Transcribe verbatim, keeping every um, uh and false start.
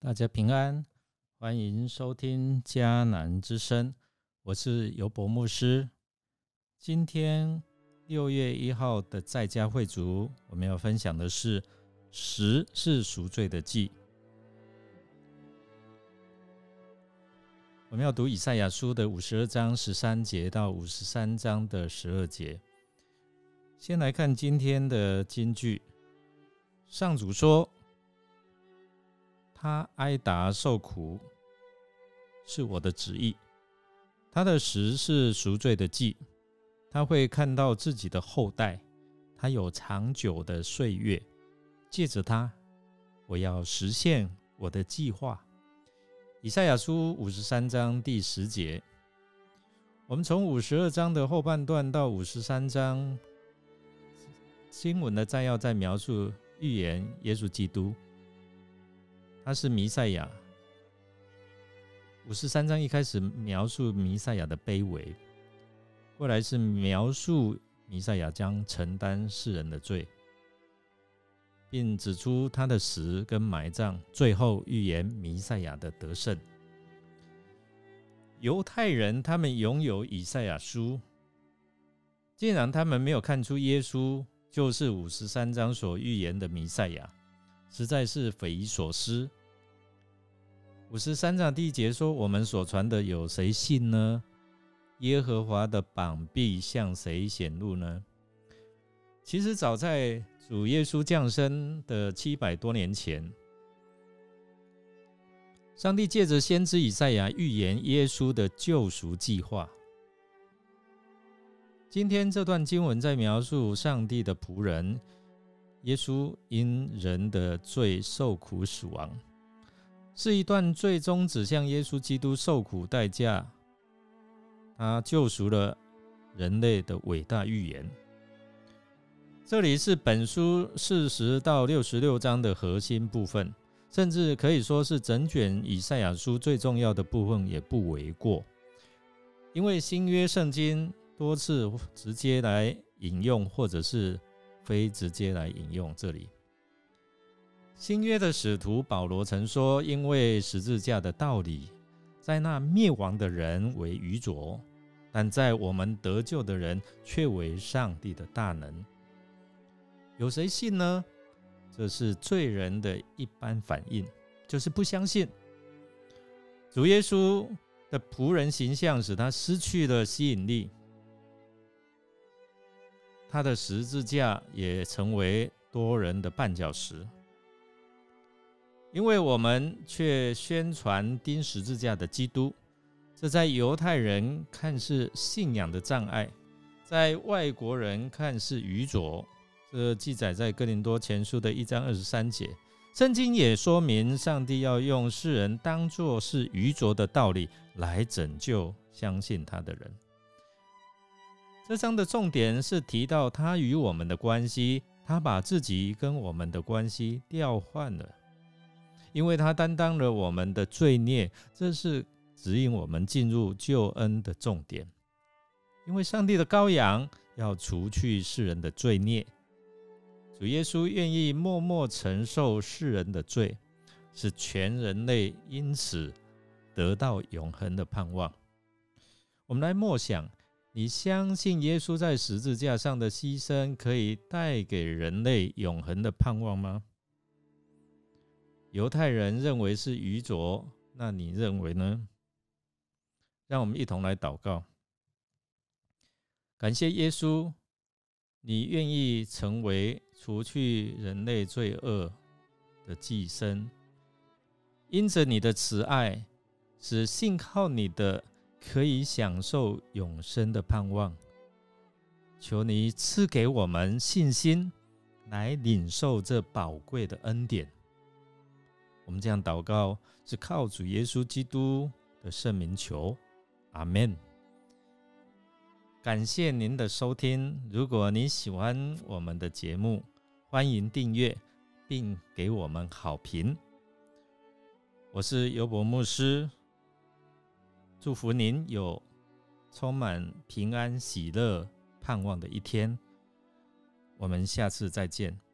大家平安，欢迎收听迦南之声，我是尤伯牧师。今天六月一号的在家会族，我们要分享的是十是赎罪的祭。我们要读以赛亚书的五十二章十三节到五十三章的十二节。先来看今天的金句，上主说，他挨打受苦是我的旨意，他的十是赎罪的祭，他会看到自己的后代，他有长久的岁月，借着他，我要实现我的计划。以赛亚书五十三章第十节，我们从五十二章的后半段到五十三章，经文的摘要在描述预言耶稣基督，他是弥赛亚。五十三章一开始描述弥赛亚的卑微，过来是描述弥赛亚将承担世人的罪，并指出他的死跟埋葬，最后预言弥赛亚的得胜。犹太人他们拥有以赛亚书，既然他们没有看出耶稣就是五十三章所预言的弥赛亚，实在是匪夷所思。五十三章第一节说，我们所传的有谁信呢？耶和华的膀臂向谁显露呢？其实早在主耶稣降生的七百多年前，上帝借着先知以赛亚预言耶稣的救赎计划。今天这段经文在描述上帝的仆人耶稣因人的罪受苦死亡，是一段最终指向耶稣基督受苦代价，他救赎了人类的伟大预言。这里是本书四十到六十六章的核心部分，甚至可以说是整卷以赛亚书最重要的部分也不为过。因为新约圣经多次直接来引用，或者是非直接来引用这里。新约的使徒保罗曾说，因为十字架的道理，在那灭亡的人为愚拙，但在我们得救的人却为上帝的大能。有谁信呢？这是罪人的一般反应，就是不相信。主耶稣的仆人形象使他失去了吸引力，他的十字架也成为多人的绊脚石。因为我们却宣传钉十字架的基督，这在犹太人看是信仰的障碍，在外国人看是愚拙。这记载在哥林多前书的一章二十三节。圣经也说明上帝要用世人当作是愚拙的道理来拯救相信他的人。这章的重点是提到他与我们的关系，他把自己跟我们的关系调换了，因为他担当了我们的罪孽，这是指引我们进入救恩的重点。因为上帝的羔羊要除去世人的罪孽，主耶稣愿意默默承受世人的罪，使全人类因此得到永恒的盼望。我们来默想，你相信耶稣在十字架上的牺牲可以带给人类永恒的盼望吗？犹太人认为是愚拙，那你认为呢？让我们一同来祷告。感谢耶稣，你愿意成为除去人类罪恶的祭牲，因着你的慈爱，使信靠你的可以享受永生的盼望。求你赐给我们信心，来领受这宝贵的恩典。我们这样祷告，是靠主耶稣基督的圣名求，阿们。感谢您的收听，如果你喜欢我们的节目，欢迎订阅并给我们好评。我是尤伯牧师，祝福您有充满平安、喜乐、盼望的一天。我们下次再见。